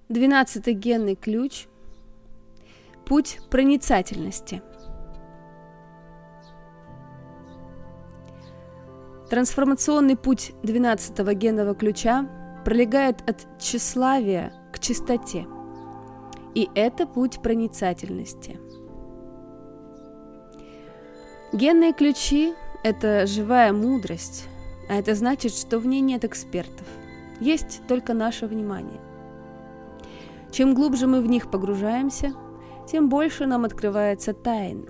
12-й генный ключ – путь проницательности. Трансформационный путь 12-го генного ключа пролегает от тщеславия к чистоте. И это путь проницательности. Генные ключи – это живая мудрость, а это значит, что в ней нет экспертов, есть только наше внимание. Чем глубже мы в них погружаемся, тем больше нам открывается тайн.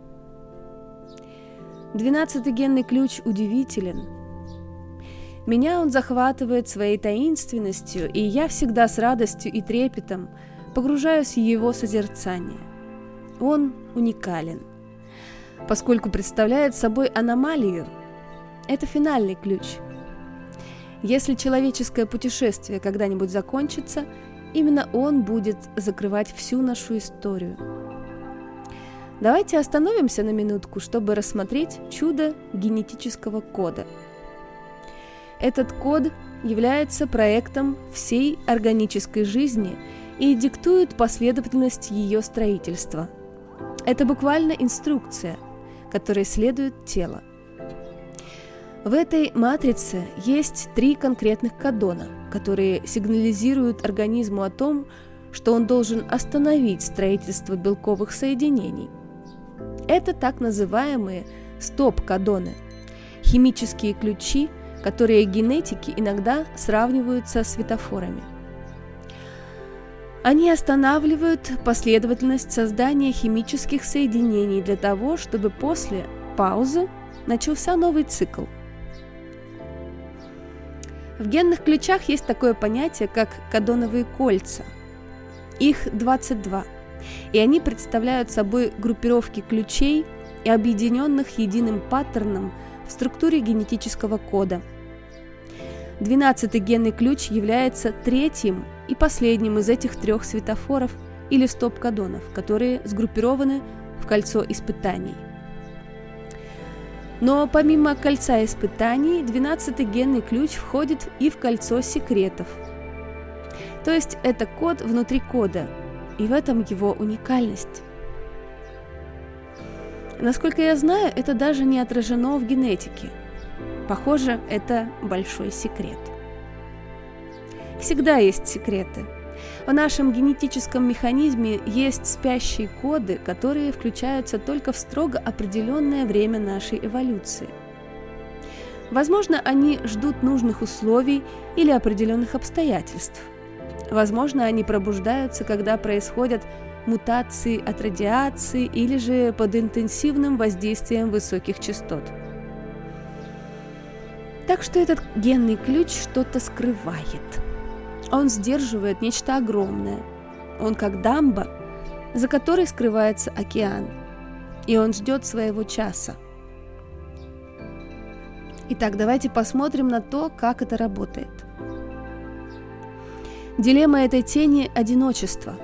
12-й генный ключ удивителен. Меня он захватывает своей таинственностью, и я всегда с радостью и трепетом погружаюсь в его созерцание. Он уникален, поскольку представляет собой аномалию. Это финальный ключ. Если человеческое путешествие когда-нибудь закончится, именно он будет закрывать всю нашу историю. Давайте остановимся на минутку, чтобы рассмотреть чудо генетического кода. Этот код является проектом всей органической жизни и диктует последовательность ее строительства. Это буквально инструкция, которой следует тело. В этой матрице есть 3 конкретных кодона, которые сигнализируют организму о том, что он должен остановить строительство белковых соединений. Это так называемые стоп-кодоны, химические ключи, которые генетики иногда сравнивают со светофорами. Они останавливают последовательность создания химических соединений для того, чтобы после паузы начался новый цикл. В генных ключах есть такое понятие, как кодоновые кольца. Их 22, и они представляют собой группировки ключей и объединенных единым паттерном в структуре генетического кода. 12-й генный ключ является 3-м и последним из этих 3 светофоров или стоп-кодонов, которые сгруппированы в кольцо испытаний. Но помимо кольца испытаний, 12-й генный ключ входит и в кольцо секретов. То есть это код внутри кода, и в этом его уникальность. Насколько я знаю, это даже не отражено в генетике. Похоже, это большой секрет. Всегда есть секреты. В нашем генетическом механизме есть спящие коды, которые включаются только в строго определенное время нашей эволюции. Возможно, они ждут нужных условий или определенных обстоятельств. Возможно, они пробуждаются, когда происходят мутации от радиации или же под интенсивным воздействием высоких частот. Так что этот генный ключ что-то скрывает. Он сдерживает нечто огромное. Он как дамба, за которой скрывается океан. И он ждет своего часа. Итак, давайте посмотрим на то, как это работает. Дилемма этой тени – одиночество.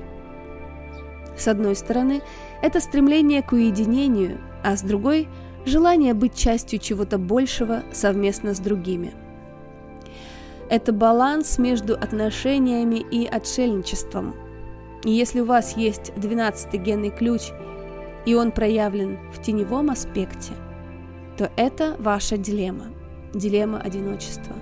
С одной стороны, это стремление к уединению, а с другой – желание быть частью чего-то большего совместно с другими. Это баланс между отношениями и отшельничеством. И если у вас есть 12-й генный ключ, и он проявлен в теневом аспекте, то это ваша дилемма одиночества.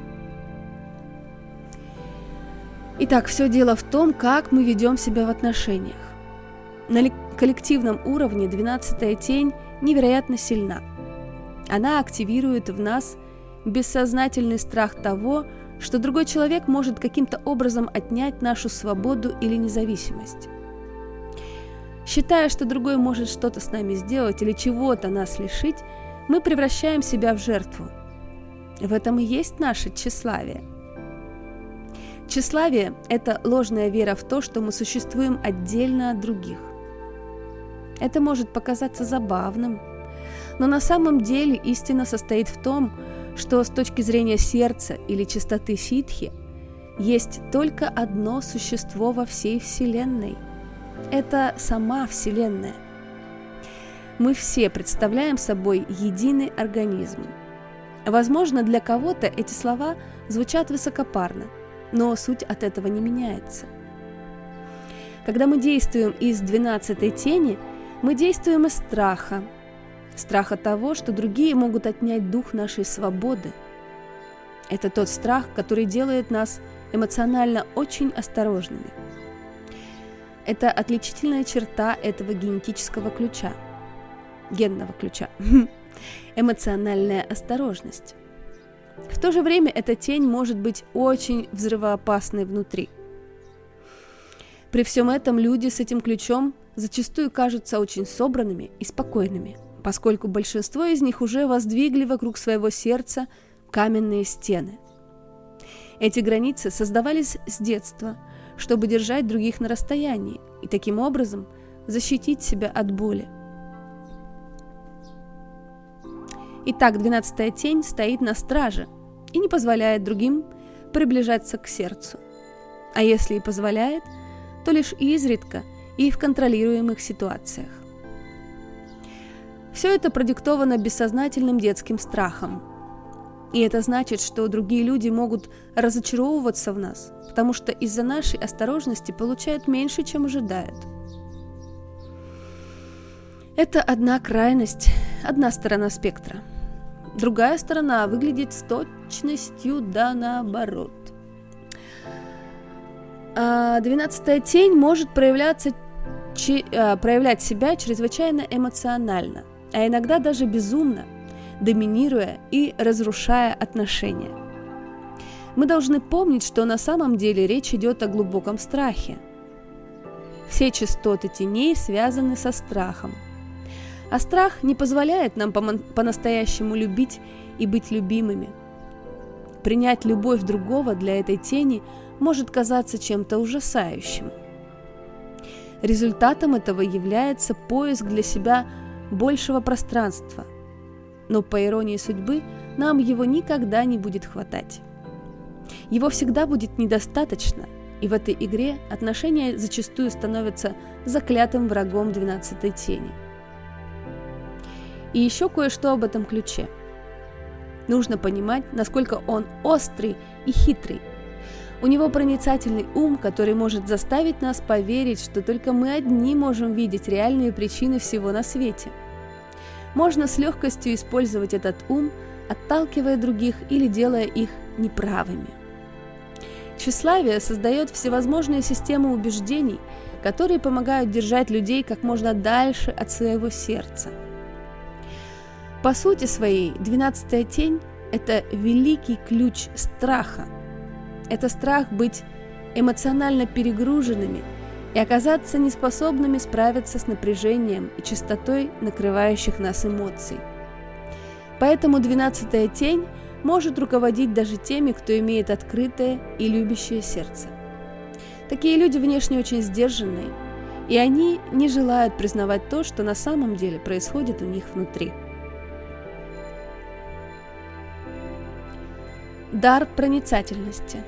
Итак, все дело в том, как мы ведем себя в отношениях. На коллективном уровне 12-я тень невероятно сильна. Она активирует в нас бессознательный страх того, что другой человек может каким-то образом отнять нашу свободу или независимость. Считая, что другой может что-то с нами сделать или чего-то нас лишить, мы превращаем себя в жертву. В этом и есть наше тщеславие. Тщеславие – это ложная вера в то, что мы существуем отдельно от других. Это может показаться забавным, но на самом деле истина состоит в том, что с точки зрения сердца или чистоты ситхи есть только одно существо во всей Вселенной. Это сама Вселенная. Мы все представляем собой единый организм. Возможно, для кого-то эти слова звучат высокопарно, но суть от этого не меняется. Когда мы действуем из 12-й тени, мы действуем из страха. Страха того, что другие могут отнять дух нашей свободы. Это тот страх, который делает нас эмоционально очень осторожными. Это отличительная черта этого генетического ключа, генного ключа. Эмоциональная осторожность. В то же время эта тень может быть очень взрывоопасной внутри. При всем этом люди с этим ключом зачастую кажутся очень собранными и спокойными, поскольку большинство из них уже воздвигли вокруг своего сердца каменные стены. Эти границы создавались с детства, чтобы держать других на расстоянии и таким образом защитить себя от боли. Итак, 12-я тень стоит на страже и не позволяет другим приближаться к сердцу. А если и позволяет, то лишь изредка и в контролируемых ситуациях. Все это продиктовано бессознательным детским страхом. И это значит, что другие люди могут разочаровываться в нас, потому что из-за нашей осторожности получают меньше, чем ожидают. Это одна крайность, одна сторона спектра. Другая сторона выглядит с точностью да наоборот. 12-я тень может проявлять себя чрезвычайно эмоционально, а иногда даже безумно, доминируя и разрушая отношения. Мы должны помнить, что на самом деле речь идет о глубоком страхе. Все частоты теней связаны со страхом. А страх не позволяет нам по-настоящему любить и быть любимыми. Принять любовь другого для этой тени может казаться чем-то ужасающим. Результатом этого является поиск для себя большего пространства. Но по иронии судьбы нам его никогда не будет хватать. Его всегда будет недостаточно, и в этой игре отношения зачастую становятся заклятым врагом 12-й тени. И еще кое-что об этом ключе. Нужно понимать, насколько он острый и хитрый. У него проницательный ум, который может заставить нас поверить, что только мы одни можем видеть реальные причины всего на свете. Можно с легкостью использовать этот ум, отталкивая других или делая их неправыми. Тщеславие создает всевозможные системы убеждений, которые помогают держать людей как можно дальше от своего сердца. По сути своей, 12-я тень – это великий ключ страха. Это страх быть эмоционально перегруженными и оказаться неспособными справиться с напряжением и частотой накрывающих нас эмоций. Поэтому 12-я тень может руководить даже теми, кто имеет открытое и любящее сердце. Такие люди внешне очень сдержанные, и они не желают признавать то, что на самом деле происходит у них внутри. Дар проницательности.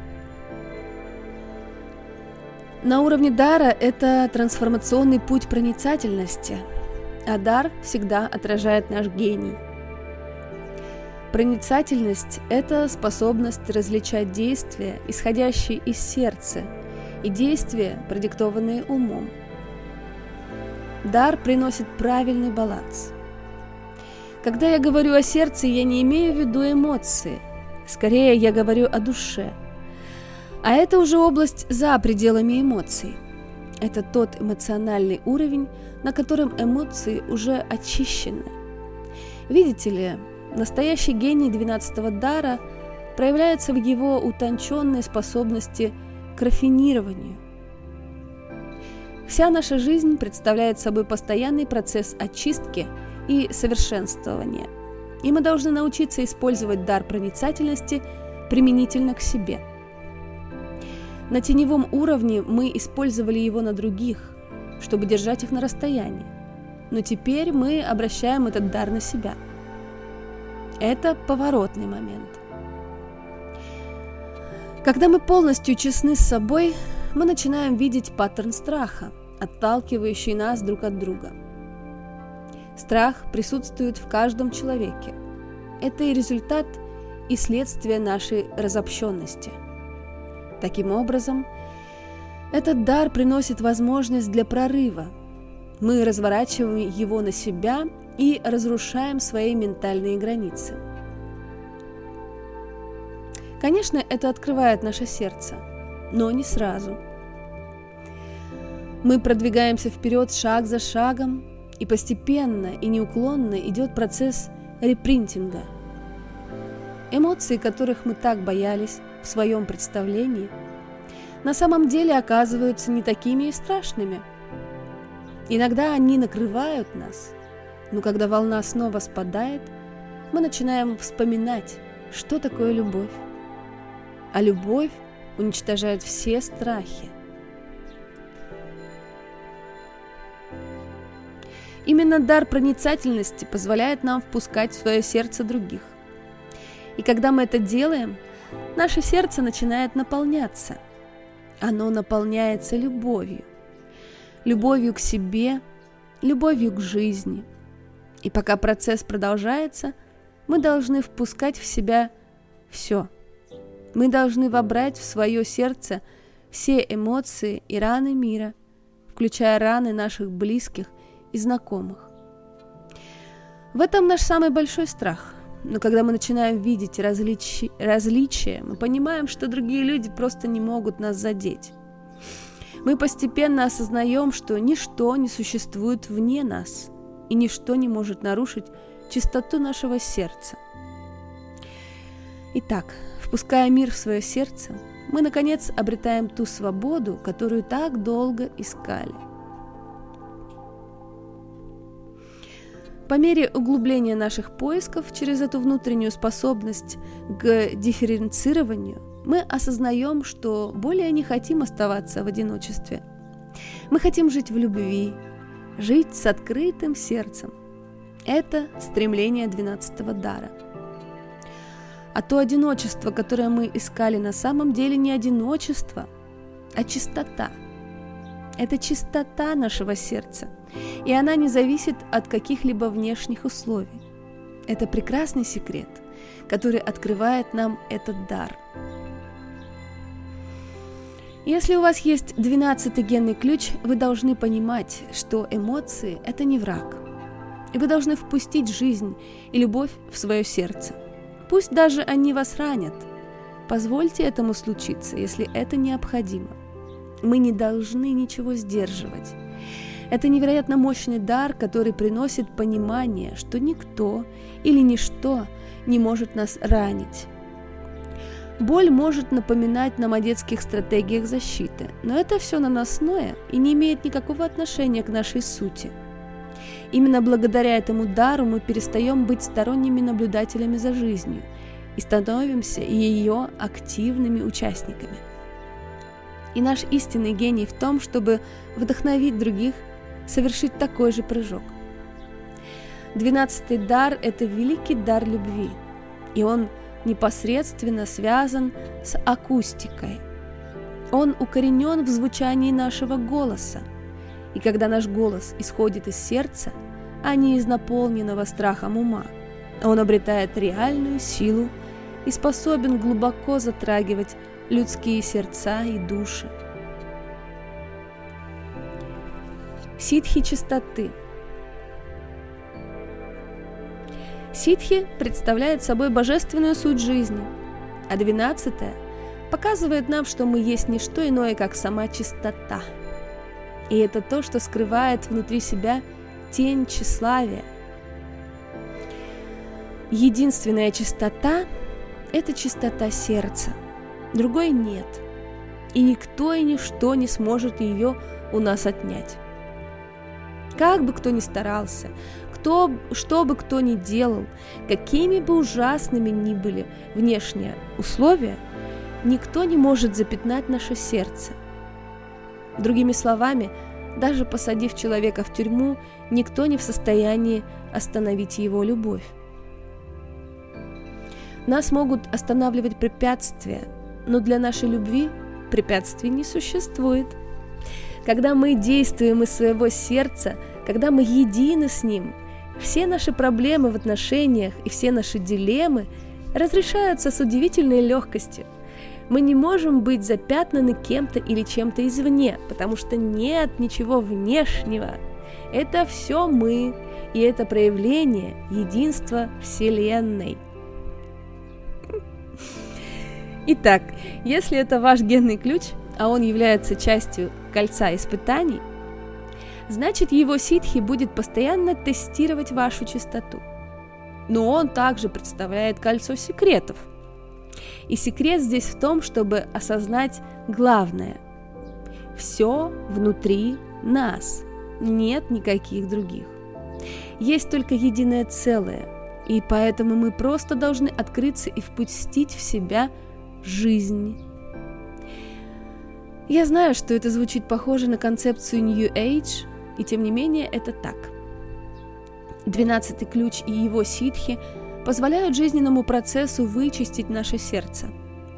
На уровне дара это трансформационный путь проницательности, а дар всегда отражает наш гений. Проницательность – это способность различать действия, исходящие из сердца, и действия, продиктованные умом. Дар приносит правильный баланс. Когда я говорю о сердце, я не имею в виду эмоции. Скорее, я говорю о душе. А это уже область за пределами эмоций. Это тот эмоциональный уровень, на котором эмоции уже очищены. Видите ли, настоящий гений 12-го дара проявляется в его утонченной способности к рафинированию. Вся наша жизнь представляет собой постоянный процесс очистки и совершенствования. И мы должны научиться использовать дар проницательности применительно к себе. На теневом уровне мы использовали его на других, чтобы держать их на расстоянии. Но теперь мы обращаем этот дар на себя. Это поворотный момент. Когда мы полностью честны с собой, мы начинаем видеть паттерн страха, отталкивающий нас друг от друга. Страх присутствует в каждом человеке. Это и результат, и следствие нашей разобщенности. Таким образом, Этот дар приносит возможность для прорыва. Мы разворачиваем его на себя и разрушаем свои ментальные границы. Конечно, это открывает наше сердце, но не сразу. Мы продвигаемся вперед шаг за шагом, и постепенно и неуклонно идет процесс репринтинга. Эмоции, которых мы так боялись в своем представлении, на самом деле оказываются не такими и страшными. Иногда они накрывают нас, но когда волна снова спадает, мы начинаем вспоминать, что такое любовь. А любовь уничтожает все страхи. Именно дар проницательности позволяет нам впускать в свое сердце других. И когда мы это делаем, наше сердце начинает наполняться. Оно наполняется любовью. Любовью к себе, любовью к жизни. И пока процесс продолжается, мы должны впускать в себя все. Мы должны вобрать в свое сердце все эмоции и раны мира, включая раны наших близких и знакомых. В этом наш самый большой страх. Но когда мы начинаем видеть различия, мы понимаем, что другие люди просто не могут нас задеть. Мы постепенно осознаем, что ничто не существует вне нас, и ничто не может нарушить чистоту нашего сердца. Итак, впуская мир в свое сердце, мы, наконец, обретаем ту свободу, которую так долго искали. По мере углубления наших поисков через эту внутреннюю способность к дифференцированию, мы осознаем, что более не хотим оставаться в одиночестве. Мы хотим жить в любви, жить с открытым сердцем. Это стремление 12-го дара. А то одиночество, которое мы искали, на самом деле не одиночество, а чистота. Это чистота нашего сердца, и она не зависит от каких-либо внешних условий. Это прекрасный секрет, который открывает нам этот дар. Если у вас есть 12-й генный ключ, вы должны понимать, что эмоции – это не враг. И вы должны впустить жизнь и любовь в свое сердце. Пусть даже они вас ранят. Позвольте этому случиться, если это необходимо. Мы не должны ничего сдерживать. Это невероятно мощный дар, который приносит понимание, что никто или ничто не может нас ранить. Боль может напоминать нам о детских стратегиях защиты, но это все наносное и не имеет никакого отношения к нашей сути. Именно благодаря этому дару мы перестаем быть сторонними наблюдателями за жизнью и становимся ее активными участниками. И наш истинный гений в том, чтобы вдохновить других совершить такой же прыжок. 12-й дар – это великий дар любви, и он непосредственно связан с акустикой. Он укоренен в звучании нашего голоса, и когда наш голос исходит из сердца, а не из наполненного страхом ума, он обретает реальную силу и способен глубоко затрагивать людские сердца и души. Ситхи чистоты. Ситхи представляет собой божественную суть жизни, а 12-е показывает нам, что мы есть не что иное, как сама чистота. И это то, что скрывает внутри себя тень тщеславия. Единственная чистота – это чистота сердца. Другой нет, и никто и ничто не сможет ее у нас отнять. Как бы кто ни старался, что бы кто ни делал, какими бы ужасными ни были внешние условия, никто не может запятнать наше сердце. Другими словами, даже посадив человека в тюрьму, никто не в состоянии остановить его любовь. Нас могут останавливать препятствия, но для нашей любви препятствий не существует. Когда мы действуем из своего сердца, когда мы едины с ним, все наши проблемы в отношениях и все наши дилеммы разрешаются с удивительной легкостью. Мы не можем быть запятнаны кем-то или чем-то извне, потому что нет ничего внешнего. Это все мы, и это проявление единства Вселенной. Итак, если это ваш генный ключ, а он является частью кольца испытаний, значит, его ситхи будет постоянно тестировать вашу чистоту. Но он также представляет кольцо секретов. И секрет здесь в том, чтобы осознать главное. Все внутри нас, нет никаких других. Есть только единое целое, и поэтому мы просто должны открыться и впустить в себя жизнь. Я знаю, что это звучит похоже на концепцию New Age, и тем не менее это так. 12-й ключ и его ситхи позволяют жизненному процессу вычистить наше сердце.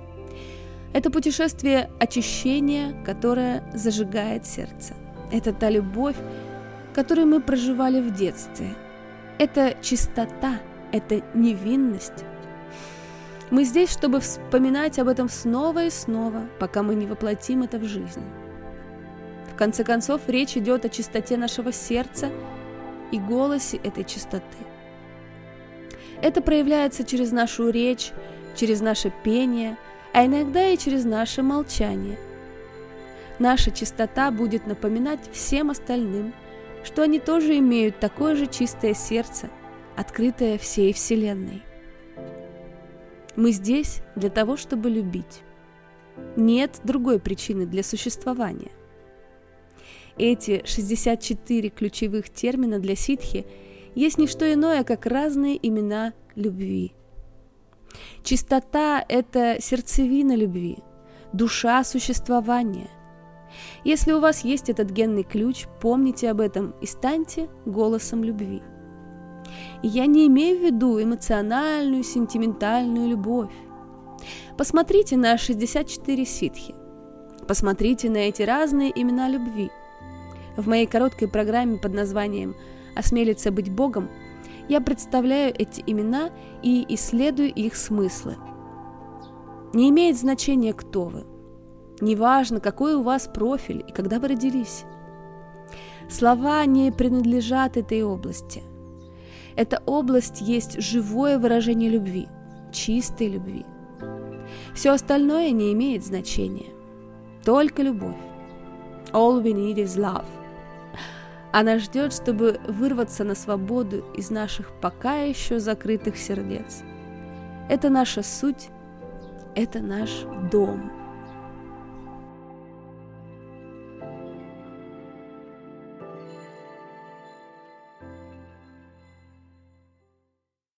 Это путешествие очищения, которое зажигает сердце. Это та любовь, которую мы проживали в детстве. Это чистота, это невинность. Мы здесь, чтобы вспоминать об этом снова и снова, пока мы не воплотим это в жизнь. В конце концов, речь идет о чистоте нашего сердца и голосе этой чистоты. Это проявляется через нашу речь, через наше пение, а иногда и через наше молчание. Наша чистота будет напоминать всем остальным, что они тоже имеют такое же чистое сердце, открытое всей Вселенной. Мы здесь для того, чтобы любить. Нет другой причины для существования. Эти 64 ключевых термина для ситхи есть не что иное, как разные имена любви. Чистота – это сердцевина любви, душа существования. Если у вас есть этот генный ключ, помните об этом и станьте голосом любви. И я не имею в виду эмоциональную, сентиментальную любовь. Посмотрите на 64 ситхи. Посмотрите на эти разные имена любви. В моей короткой программе под названием «Осмелиться быть Богом» я представляю эти имена и исследую их смыслы. Не имеет значения, кто вы. Неважно, какой у вас профиль и когда вы родились. Слова не принадлежат этой области. Эта область есть живое выражение любви, чистой любви. Все остальное не имеет значения. Только любовь. All we need is love. Она ждет, чтобы вырваться на свободу из наших пока еще закрытых сердец. Это наша суть, это наш дом.